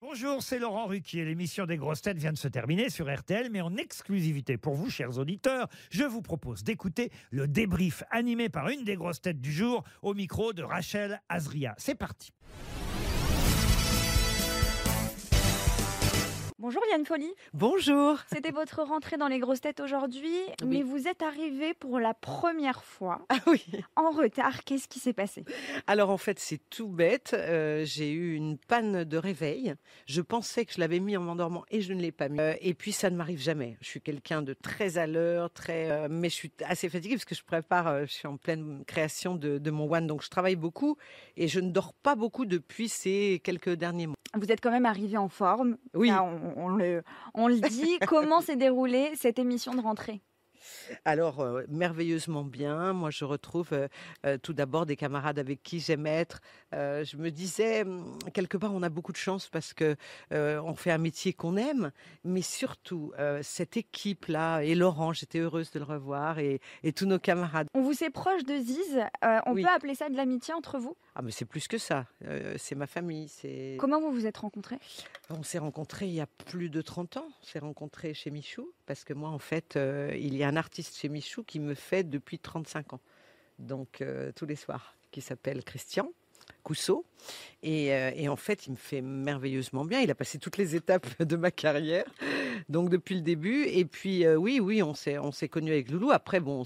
Bonjour, c'est Laurent Ruquier. L'émission des grosses têtes vient de se terminer sur RTL, mais en exclusivité pour vous, chers auditeurs, je vous propose d'écouter le débrief animé par une des grosses têtes du jour au micro de Rachel Azria. C'est parti. Bonjour Liane Folly. Bonjour. C'était votre rentrée dans les grosses têtes aujourd'hui, mais vous êtes arrivée pour la première fois Ah oui. en retard. Qu'est-ce qui s'est passé? Alors en fait c'est tout bête, j'ai eu une panne de réveil. Je pensais que je l'avais mis en m'endormant et je ne l'ai pas mis. Et puis ça ne m'arrive jamais. Je suis quelqu'un de très à l'heure, mais je suis assez fatiguée parce que je suis en pleine création de mon One, donc je travaille beaucoup et je ne dors pas beaucoup depuis ces quelques derniers mois. Vous êtes quand même arrivée en forme. Oui. Là, on le dit. Comment s'est déroulée cette émission de rentrée? Alors, merveilleusement bien. Moi, je retrouve tout d'abord des camarades avec qui j'aime être. Je me disais, quelque part, on a beaucoup de chance parce que on fait un métier qu'on aime, mais surtout, cette équipe-là, et Laurent, j'étais heureuse de le revoir, et tous nos camarades. On vous sait proche de Ziz. On Oui. peut appeler ça de l'amitié entre vous? Ah, mais c'est plus que ça. C'est ma famille. Comment vous vous êtes rencontrés? On s'est rencontrés il y a plus de 30 ans. On s'est rencontrés chez Michou, parce que moi, en fait, il y a un artiste chez Michou qui me fait depuis 35 ans. Donc, tous les soirs, qui s'appelle Christian Cousseau. Et en fait, il me fait merveilleusement bien. Il a passé toutes les étapes de ma carrière, donc depuis le début. Et puis, oui, on s'est connus avec Loulou. Après, bon,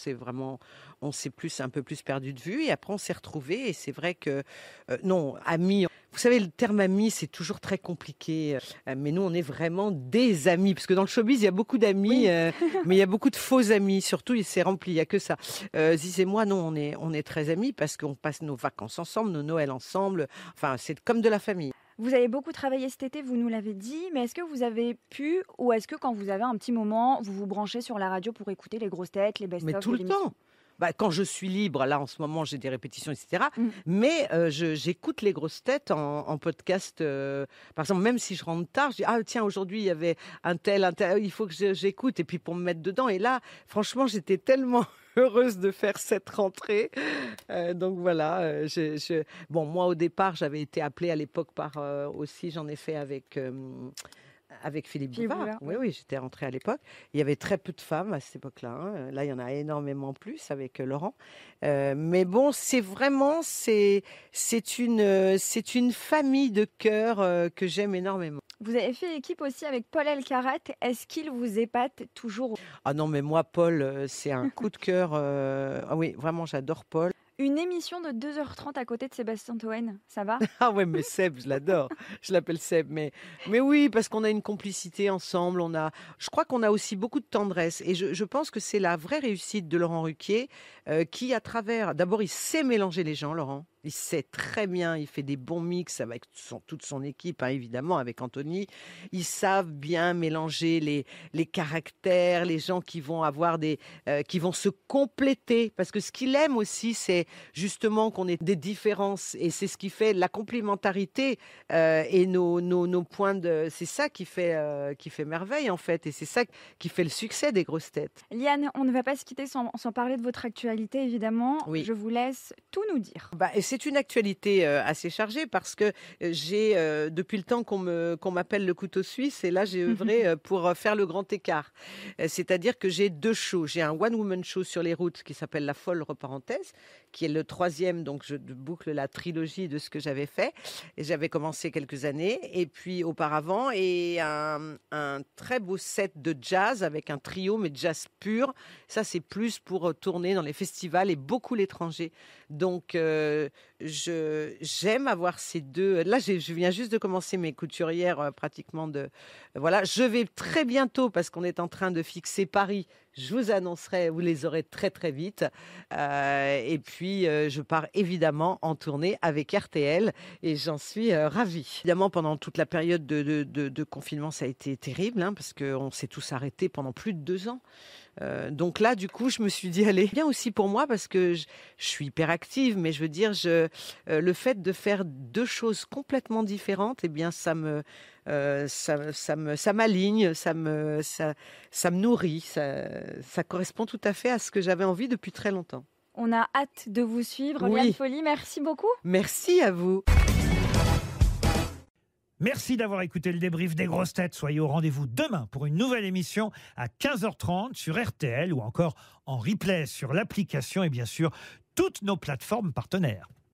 on s'est un peu plus perdu de vue. Et après, on s'est retrouvés. Et c'est vrai que, non, amis. Vous savez, le terme ami, c'est toujours très compliqué. Mais nous, on est vraiment des amis. Parce que dans le showbiz, il y a beaucoup d'amis, mais il y a beaucoup de faux amis. Surtout, c'est rempli, il n'y a que ça. Ziz et moi, non, on est très amis parce qu'on passe nos vacances ensemble, nos Noëls ensemble. Enfin, c'est comme de la famille. Vous avez beaucoup travaillé cet été, vous nous l'avez dit, mais est-ce que vous avez pu, ou est-ce que quand vous avez un petit moment, vous vous branchez sur la radio pour écouter les grosses têtes, les best-of? Mais tout le temps. Quand je suis libre, là en ce moment j'ai des répétitions, etc. Mais j'écoute les grosses têtes en podcast. Par exemple, même si je rentre tard, je dis tiens, aujourd'hui il y avait un tel, il faut que j'écoute, et puis pour me mettre dedans. Et là, franchement, j'étais tellement heureuse de faire cette rentrée. Donc voilà. Bon, moi au départ, j'avais été appelée à l'époque par aussi, j'en ai fait avec Philippe Bouvard. Oui, j'étais rentrée à l'époque. Il y avait très peu de femmes à cette époque-là. Hein. Là, il y en a énormément plus avec Laurent. Mais bon, c'est une famille de cœur que j'aime énormément. Vous avez fait équipe aussi avec Paul Elkarat. Est-ce qu'il vous épate toujours? Ah non, mais moi, Paul, c'est un coup de cœur. Ah oui, vraiment, j'adore Paul. Une émission de 2h30 à côté de Sébastien Toen, ça va? Ah ouais, mais Seb, je l'adore. Je l'appelle Seb. Mais oui, parce qu'on a une complicité ensemble. Je crois qu'on a aussi beaucoup de tendresse. Et je pense que c'est la vraie réussite de Laurent Ruquier, qui, à travers... D'abord, il sait mélanger les gens, Laurent. Il sait très bien, il fait des bons mix avec toute son équipe, hein, évidemment, avec Anthony. Ils savent bien mélanger les caractères, les gens qui vont qui vont se compléter. Parce que ce qu'il aime aussi, c'est justement qu'on ait des différences. Et c'est ce qui fait la complémentarité et nos points de... C'est ça qui fait merveille, en fait. Et c'est ça qui fait le succès des grosses têtes. Liane, on ne va pas se quitter sans parler de votre actualité, évidemment. Oui. Je vous laisse tout nous dire. Et c'est une actualité assez chargée parce que j'ai, depuis le temps qu'on m'appelle le couteau suisse, et là j'ai œuvré pour faire le grand écart. C'est-à-dire que j'ai 2 shows. J'ai un one-woman show sur les routes qui s'appelle La Folle Reparenthèse, qui est le 3e, donc je boucle la trilogie de ce que j'avais fait. Et j'avais commencé quelques années, et puis auparavant, et un très beau set de jazz avec un trio, mais jazz pur. Ça, c'est plus pour tourner dans les festivals et beaucoup l'étranger. Donc, j'aime avoir ces 2. Là, je viens juste de commencer mes couturières pratiquement voilà. Je vais très bientôt, parce qu'on est en train de fixer Paris. Je vous annoncerai, vous les aurez très très vite. Et puis, je pars évidemment en tournée avec RTL et j'en suis ravie. Évidemment, pendant toute la période de confinement, ça a été terrible, hein, parce qu'on s'est tous arrêtés pendant plus de 2 ans. Donc là, du coup, je me suis dit, allez, bien aussi pour moi, parce que je suis hyper active, mais je veux dire, le fait de faire 2 choses complètement différentes, eh bien, ça m'aligne, ça me nourrit, ça correspond tout à fait à ce que j'avais envie depuis très longtemps. On a hâte de vous suivre. Oui. Liane Folly, merci beaucoup. Merci à vous. Merci d'avoir écouté le débrief des grosses têtes. Soyez au rendez-vous demain pour une nouvelle émission à 15h30 sur RTL ou encore en replay sur l'application et bien sûr toutes nos plateformes partenaires.